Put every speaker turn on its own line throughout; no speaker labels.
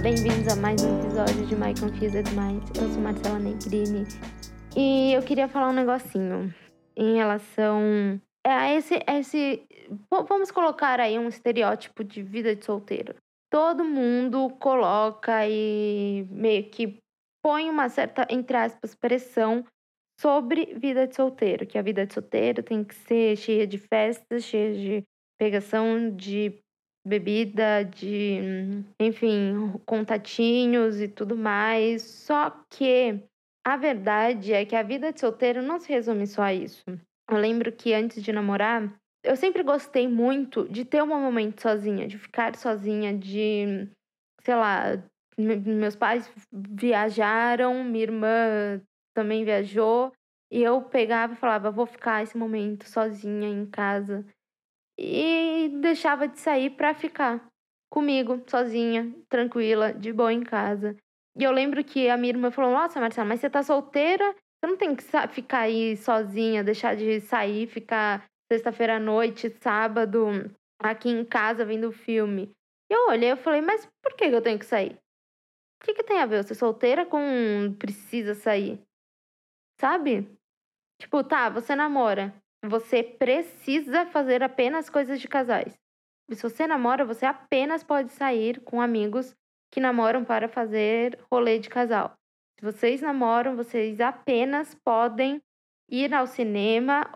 bem-vindos a mais um episódio de My Confused Mind. Eu sou Marcela Negrini e eu queria falar um negocinho em relação vamos colocar aí um estereótipo de vida de solteiro. Todo mundo coloca e meio que põe uma certa, entre aspas, pressão sobre vida de solteiro, que a vida de solteiro tem que ser cheia de festas, cheia de pegação, de bebida, enfim, contatinhos e tudo mais. Só que a verdade é que a vida de solteiro não se resume só a isso. Eu lembro que antes de namorar, eu sempre gostei muito de ter um momento sozinha, de ficar sozinha, sei lá, meus pais viajaram, minha irmã também viajou, e eu pegava e falava, vou ficar esse momento sozinha em casa. E deixava de sair pra ficar comigo, sozinha, tranquila, de boa em casa. E eu lembro que a minha irmã falou, nossa, Marcela, mas você tá solteira? Você não tem que ficar aí sozinha, deixar de sair, ficar sexta-feira à noite, sábado, aqui em casa vendo filme. E eu olhei e falei, mas por que eu tenho que sair? O que tem a ver eu ser solteira com precisa sair? Sabe? Tipo, tá, você namora. Você precisa fazer apenas coisas de casais. E se você namora, você apenas pode sair com amigos que namoram para fazer rolê de casal. Se vocês namoram, vocês apenas podem ir ao cinema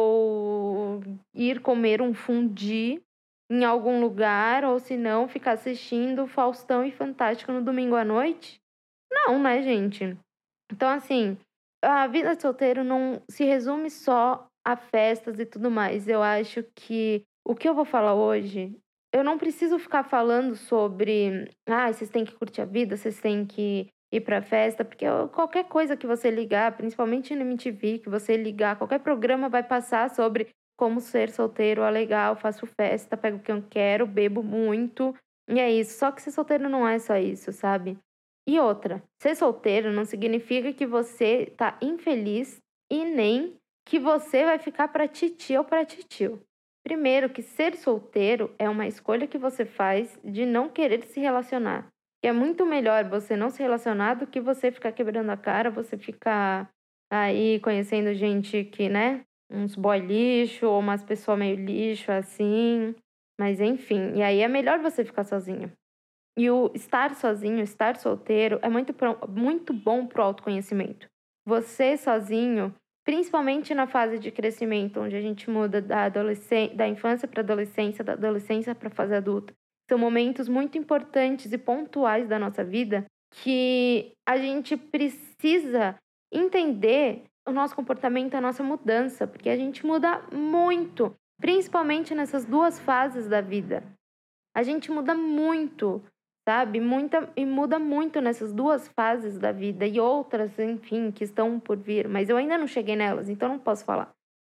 ou ir comer um fundi em algum lugar, ou se não, ficar assistindo Faustão e Fantástico no domingo à noite. Não, né, gente? Então, assim, a vida de solteiro não se resume só a festas e tudo mais. Eu acho que o que eu vou falar hoje, eu não preciso ficar falando sobre, vocês têm que curtir a vida, vocês têm que ir pra festa, porque qualquer coisa que você ligar, principalmente no MTV, que você ligar, qualquer programa vai passar sobre como ser solteiro, é legal, faço festa, pego o que eu quero, bebo muito, e é isso. Só que ser solteiro não é só isso, sabe? E outra, ser solteiro não significa que você tá infeliz e nem que você vai ficar pra titio ou pra titio. Primeiro, que ser solteiro é uma escolha que você faz de não querer se relacionar. Que é muito melhor você não se relacionar do que você ficar quebrando a cara, você ficar aí conhecendo gente que, né, uns boy lixo ou umas pessoas meio lixo assim. Mas enfim, e aí é melhor você ficar sozinho. E o estar sozinho, estar solteiro, é muito bom pro autoconhecimento. Você sozinho, principalmente na fase de crescimento, onde a gente muda da infância para adolescência, da adolescência para fase adulta. São momentos muito importantes e pontuais da nossa vida que a gente precisa entender o nosso comportamento, a nossa mudança, porque a gente muda muito, principalmente nessas duas fases da vida. A gente muda muito, sabe? Muda muito nessas duas fases da vida e outras, enfim, que estão por vir. Mas eu ainda não cheguei nelas, então não posso falar.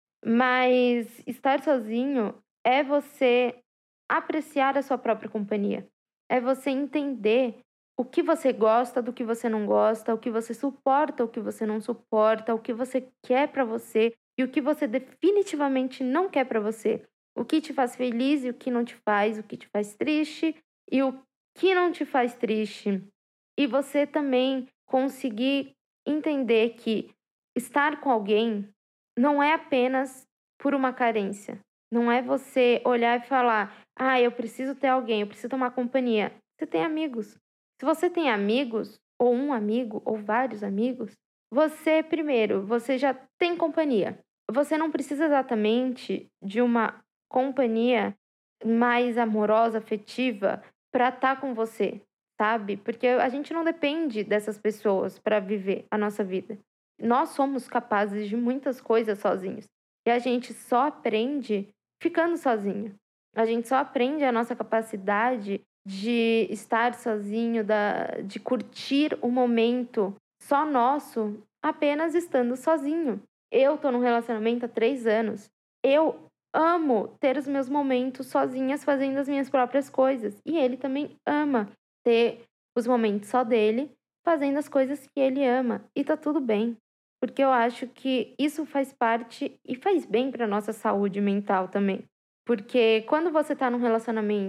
Mas estar sozinho é você apreciar a sua própria companhia. É você entender o que você gosta, do que você não gosta, o que você suporta, o que você não suporta, o que você quer pra você e o que você definitivamente não quer pra você. O que te faz feliz e o que não te faz, o que te faz triste e o que não te faz triste. E você também conseguir entender que estar com alguém não é apenas por uma carência. Não é você olhar e falar, eu preciso ter alguém, eu preciso ter uma companhia. Você tem amigos. Se você tem amigos, ou um amigo, ou vários amigos, você já tem companhia. Você não precisa exatamente de uma companhia mais amorosa, afetiva, para estar com você, sabe? Porque a gente não depende dessas pessoas para viver a nossa vida. Nós somos capazes de muitas coisas sozinhos. E a gente só aprende ficando sozinho. A gente só aprende a nossa capacidade de estar sozinho, de curtir o momento só nosso, apenas estando sozinho. Eu tô num relacionamento há 3 anos. Eu amo ter os meus momentos sozinhas fazendo as minhas próprias coisas. E ele também ama ter os momentos só dele fazendo as coisas que ele ama. E tá tudo bem. Porque eu acho que isso faz parte e faz bem pra nossa saúde mental também. Porque quando você tá num relacionamento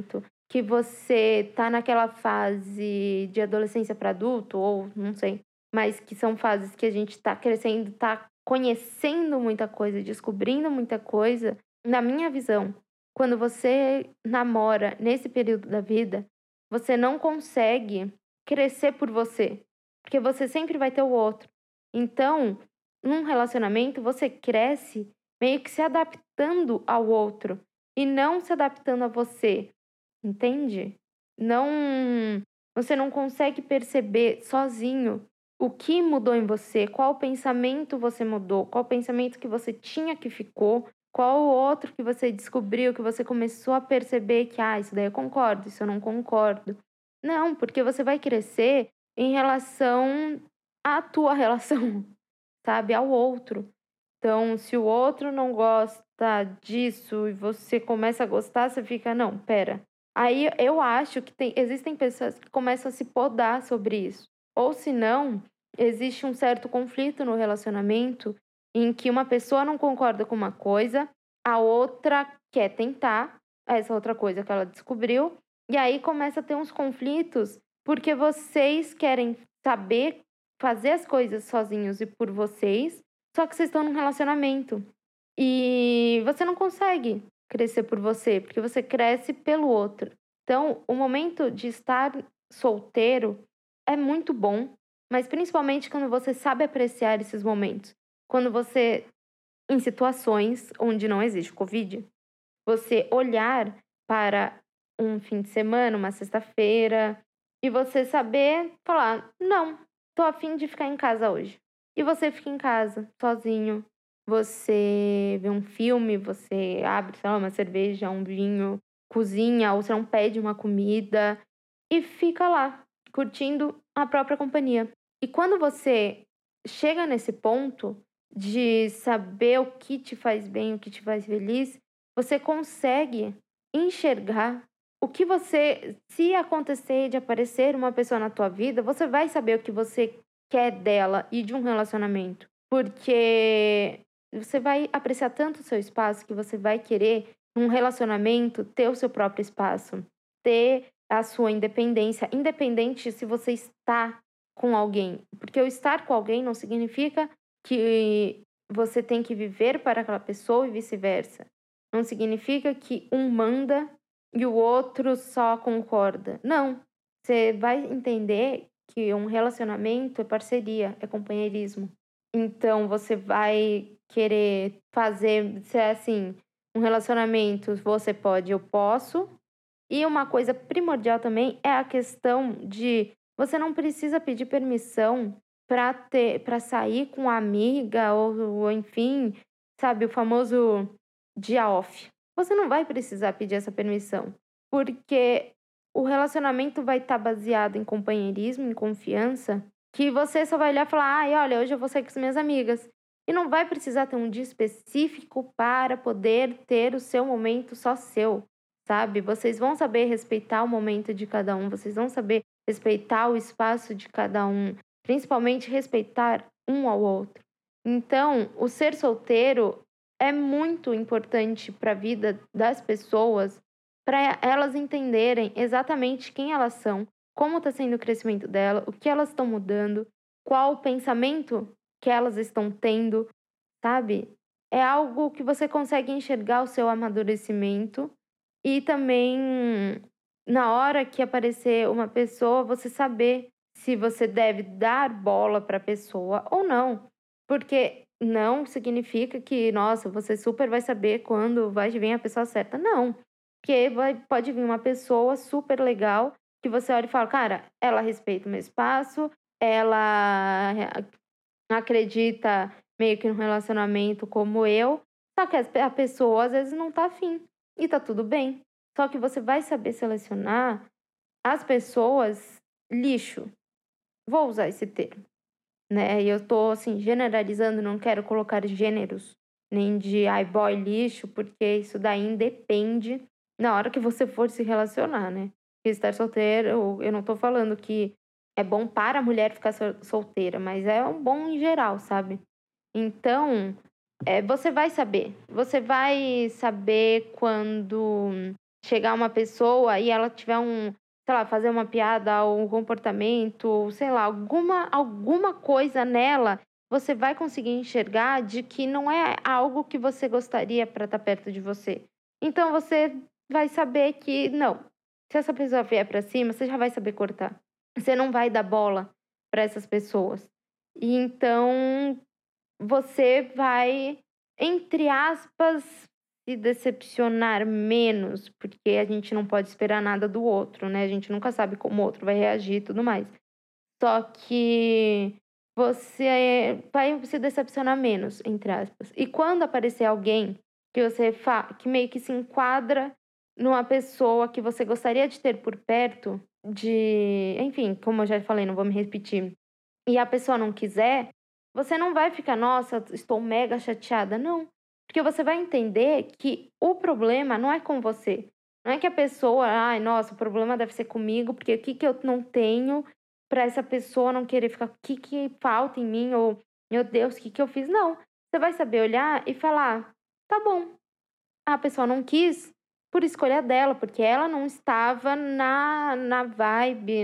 que você tá naquela fase de adolescência para adulto, ou não sei, mas que são fases que a gente tá crescendo, tá conhecendo muita coisa, descobrindo muita coisa. Na minha visão, quando você namora nesse período da vida, você não consegue crescer por você, porque você sempre vai ter o outro. Então, num relacionamento, você cresce meio que se adaptando ao outro e não se adaptando a você. Entende? Não, você não consegue perceber sozinho o que mudou em você, qual pensamento você mudou, qual pensamento que você tinha que ficou, qual o outro que você descobriu, que você começou a perceber que, isso daí eu concordo, isso eu não concordo. Não, porque você vai crescer em relação à tua relação, sabe, ao outro. Então, se o outro não gosta disso e você começa a gostar, você fica, não, pera. Aí eu acho que existem pessoas que começam a se podar sobre isso. Ou se não, existe um certo conflito no relacionamento em que uma pessoa não concorda com uma coisa, a outra quer tentar essa outra coisa que ela descobriu, e aí começa a ter uns conflitos porque vocês querem saber fazer as coisas sozinhos e por vocês, só que vocês estão num relacionamento. E você não consegue crescer por você, porque você cresce pelo outro. Então, o momento de estar solteiro é muito bom, mas principalmente quando você sabe apreciar esses momentos. Quando você, em situações onde não existe Covid, você olhar para um fim de semana, uma sexta-feira, e você saber falar: não, tô a fim de ficar em casa hoje. E você fica em casa, sozinho. Você vê um filme, você abre, sei lá, uma cerveja, um vinho, cozinha, ou você não pede uma comida e fica lá, curtindo a própria companhia. E quando você chega nesse ponto de saber o que te faz bem, o que te faz feliz, você consegue enxergar o que você, se acontecer de aparecer uma pessoa na tua vida, você vai saber o que você quer dela e de um relacionamento. Porque você vai apreciar tanto o seu espaço que você vai querer, num relacionamento, ter o seu próprio espaço, ter a sua independência, independente se você está com alguém. Porque o estar com alguém não significa que você tem que viver para aquela pessoa e vice-versa. Não significa que um manda e o outro só concorda. Não. Você vai entender que um relacionamento é parceria, é companheirismo. Então você vai querer fazer, se é assim, um relacionamento, você pode, eu posso. E uma coisa primordial também é a questão de você não precisa pedir permissão para sair com uma amiga ou enfim, sabe, o famoso dia off. Você não vai precisar pedir essa permissão, porque o relacionamento vai estar baseado em companheirismo, em confiança, que você só vai olhar e falar: "Ai, olha, hoje eu vou sair com as minhas amigas". E não vai precisar ter um dia específico para poder ter o seu momento só seu, sabe? Vocês vão saber respeitar o momento de cada um, vocês vão saber respeitar o espaço de cada um, principalmente respeitar um ao outro. Então, o ser solteiro é muito importante para a vida das pessoas, para elas entenderem exatamente quem elas são, como está sendo o crescimento dela, o que elas estão mudando, qual o pensamento que elas estão tendo, sabe? É algo que você consegue enxergar o seu amadurecimento e também, na hora que aparecer uma pessoa, você saber se você deve dar bola para a pessoa ou não. Porque não significa que, nossa, você super vai saber quando vai vir a pessoa certa. Não. Porque pode vir uma pessoa super legal que você olha e fala, cara, ela respeita o meu espaço, ela acredita meio que no relacionamento como eu, só que a pessoa às vezes não tá afim. E tá tudo bem. Só que você vai saber selecionar as pessoas lixo. Vou usar esse termo, né? E eu tô assim generalizando, não quero colocar gêneros nem de ai boy lixo, porque isso daí independe na hora que você for se relacionar, né? Porque estar solteiro, eu não tô falando que é bom para a mulher ficar solteira, mas é um bom em geral, sabe? Então, você vai saber. Você vai saber quando chegar uma pessoa e ela tiver sei lá, fazer uma piada ou um comportamento, sei lá, alguma coisa nela, você vai conseguir enxergar de que não é algo que você gostaria para estar perto de você. Então você vai saber que não, se essa pessoa vier para cima, você já vai saber cortar. Você não vai dar bola para essas pessoas. E então você vai, entre aspas, se decepcionar menos, porque a gente não pode esperar nada do outro, né? A gente nunca sabe como o outro vai reagir e tudo mais. Só que você vai se decepcionar menos, entre aspas. E quando aparecer alguém que que meio que se enquadra numa pessoa que você gostaria de ter por perto, enfim, como eu já falei, não vou me repetir, e a pessoa não quiser, você não vai ficar, nossa, estou mega chateada. Não. Porque você vai entender que o problema não é com você. Não é que a pessoa, ai, nossa, o problema deve ser comigo, porque o que que eu não tenho para essa pessoa não querer ficar, o que que falta em mim, ou, meu Deus, o que que eu fiz? Não. Você vai saber olhar e falar, tá bom, a pessoa não quis por escolha dela, porque ela não estava na vibe,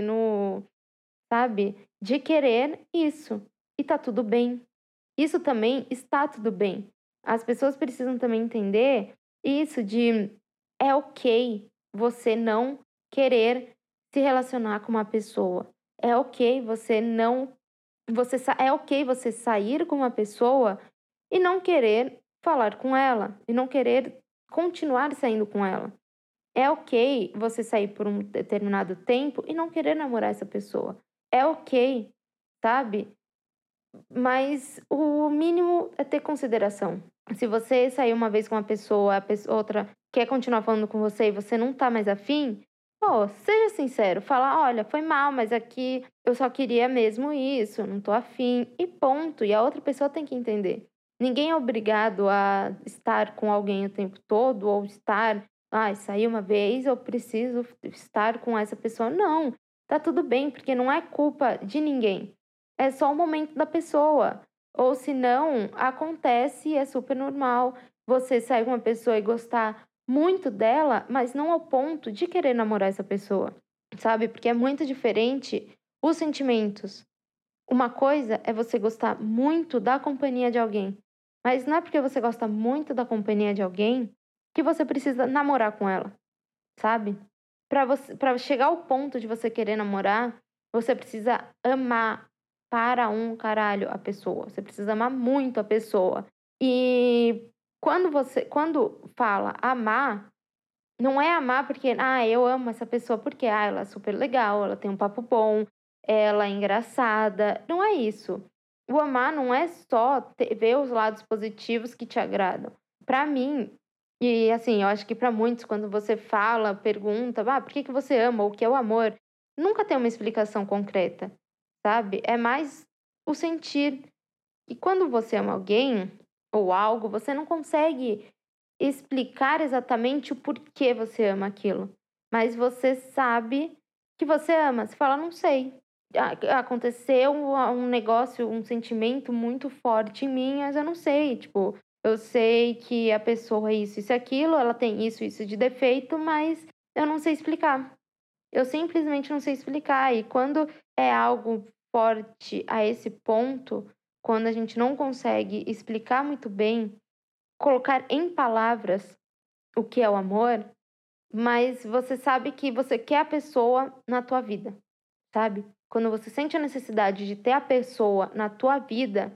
sabe, de querer isso. E tá tudo bem. Isso também está tudo bem. As pessoas precisam também entender isso de é ok você não querer se relacionar com uma pessoa. É ok você não é ok você sair com uma pessoa e não querer falar com ela e não querer continuar saindo com ela. É ok você sair por um determinado tempo e não querer namorar essa pessoa. É ok, sabe? Mas o mínimo é ter consideração. Se você sair uma vez com uma pessoa, outra quer continuar falando com você e você não tá mais afim, pô, seja sincero, fala, olha, foi mal, mas aqui eu só queria mesmo isso, não tô afim, e ponto. E a outra pessoa tem que entender. Ninguém é obrigado a estar com alguém o tempo todo, ou estar, saí uma vez, eu preciso estar com essa pessoa. Não, tá tudo bem, porque não é culpa de ninguém. É só o momento da pessoa. Ou se não, acontece e é super normal você sair com uma pessoa e gostar muito dela, mas não ao ponto de querer namorar essa pessoa, sabe? Porque é muito diferente os sentimentos. Uma coisa é você gostar muito da companhia de alguém, mas não é porque você gosta muito da companhia de alguém que você precisa namorar com ela, sabe? Para chegar ao ponto de você querer namorar, você precisa amar para um caralho a pessoa. Você precisa amar muito a pessoa. E quando fala amar, não é amar porque, eu amo essa pessoa porque, ela é super legal, ela tem um papo bom, ela é engraçada. Não é isso. O amar não é só ver os lados positivos que te agradam. Para mim, e assim, eu acho que para muitos, quando você fala, pergunta, por que que você ama? O que é o amor? Nunca tem uma explicação concreta, sabe? É mais o sentir. E quando você ama alguém ou algo, você não consegue explicar exatamente o porquê você ama aquilo. Mas você sabe que você ama. Você fala, não sei. Aconteceu um negócio, um sentimento muito forte em mim, mas eu não sei. Tipo, eu sei que a pessoa é isso e aquilo, ela tem isso de defeito, mas eu não sei explicar. Eu simplesmente não sei explicar. E quando é algo forte a esse ponto, quando a gente não consegue explicar muito bem, colocar em palavras o que é o amor, mas você sabe que você quer a pessoa na tua vida, sabe? Quando você sente a necessidade de ter a pessoa na tua vida,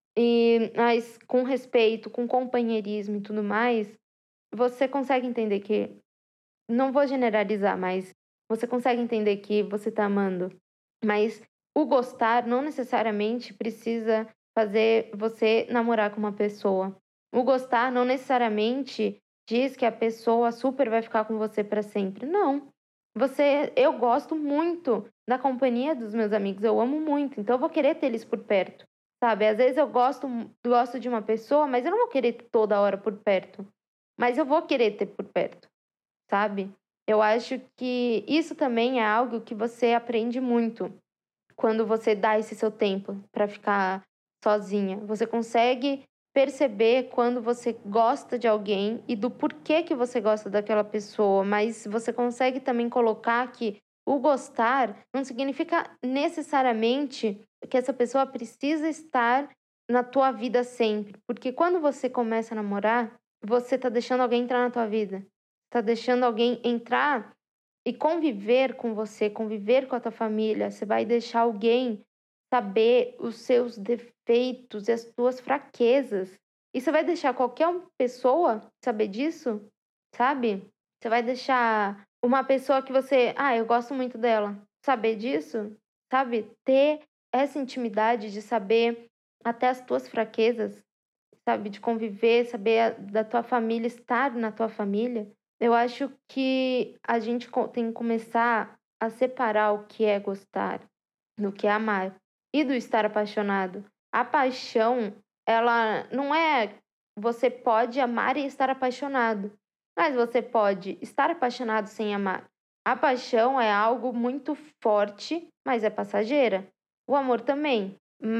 mas com respeito, com companheirismo e tudo mais, você consegue entender que, não vou generalizar, mas você consegue entender que você tá amando. Mas o gostar não necessariamente precisa fazer você namorar com uma pessoa. O gostar não necessariamente diz que a pessoa super vai ficar com você para sempre. Não. Eu gosto muito da companhia dos meus amigos, eu amo muito, então eu vou querer ter eles por perto, sabe? Às vezes eu gosto de uma pessoa, mas eu não vou querer toda hora por perto. Mas eu vou querer ter por perto, sabe? Eu acho que isso também é algo que você aprende muito quando você dá esse seu tempo para ficar sozinha. Você consegue perceber quando você gosta de alguém e do porquê que você gosta daquela pessoa, mas você consegue também colocar que o gostar não significa necessariamente que essa pessoa precisa estar na tua vida sempre, porque quando você começa a namorar, você tá deixando alguém entrar na tua vida, tá deixando alguém entrar e conviver com você, conviver com a tua família, você vai deixar alguém saber os seus defeitos e as tuas fraquezas. E você vai deixar qualquer pessoa saber disso, sabe? Você vai deixar uma pessoa que você, eu gosto muito dela, saber disso, sabe? Ter essa intimidade de saber até as tuas fraquezas, sabe? De conviver, saber da tua família, estar na tua família. Eu acho que a gente tem que começar a separar o que é gostar do que é amar e do estar apaixonado. A paixão, ela não é você pode amar e estar apaixonado, mas você pode estar apaixonado sem amar. A paixão é algo muito forte, mas é passageira. O amor também,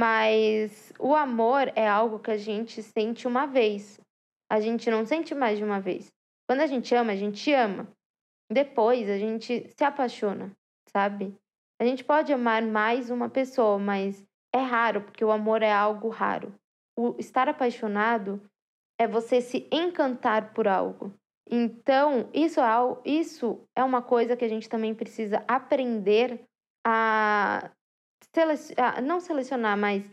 mas o amor é algo que a gente sente uma vez. A gente não sente mais de uma vez. Quando a gente ama. Depois a gente se apaixona, sabe? A gente pode amar mais uma pessoa, mas é raro, porque o amor é algo raro. O estar apaixonado é você se encantar por algo. Então, isso é uma coisa que a gente também precisa aprender a, não selecionar, mas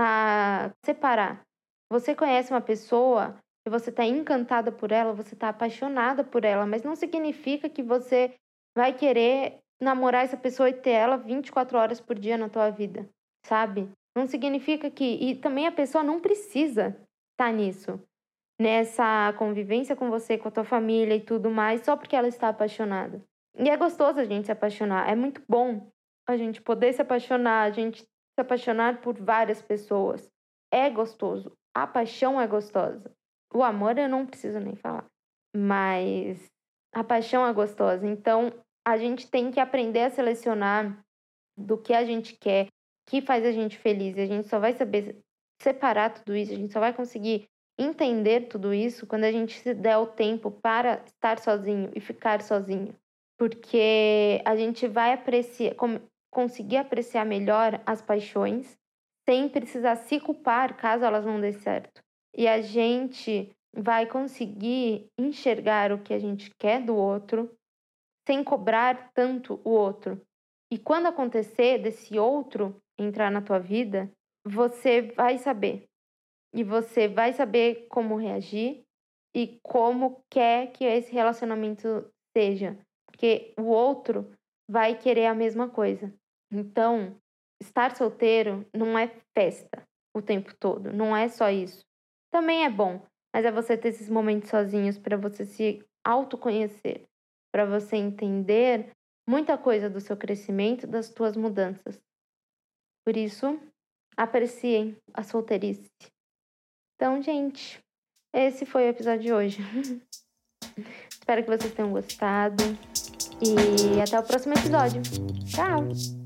a separar. Você conhece uma pessoa e você está encantada por ela, você está apaixonada por ela, mas não significa que você vai querer namorar essa pessoa e ter ela 24 horas por dia na tua vida, sabe? Não significa que. E também a pessoa não precisa estar nisso, nessa convivência com você, com a tua família e tudo mais, só porque ela está apaixonada. E é gostoso a gente se apaixonar, é muito bom a gente poder se apaixonar, a gente se apaixonar por várias pessoas. É gostoso. A paixão é gostosa. O amor eu não preciso nem falar. Mas a paixão é gostosa. Então, a gente tem que aprender a selecionar do que a gente quer, que faz a gente feliz. E a gente só vai saber separar tudo isso, a gente só vai conseguir entender tudo isso quando a gente se der o tempo para estar sozinho e ficar sozinho. Porque a gente vai conseguir apreciar melhor as paixões sem precisar se culpar caso elas não dêem certo. E a gente vai conseguir enxergar o que a gente quer do outro sem cobrar tanto o outro. E quando acontecer desse outro entrar na tua vida, você vai saber. E você vai saber como reagir e como quer que esse relacionamento seja. Porque o outro vai querer a mesma coisa. Então, estar solteiro não é festa o tempo todo. Não é só isso. Também é bom, mas é você ter esses momentos sozinhos para você se autoconhecer, para você entender muita coisa do seu crescimento, das tuas mudanças. Por isso, apreciem a solteirice. Então, gente, esse foi o episódio de hoje. Espero que vocês tenham gostado. E até o próximo episódio. Tchau!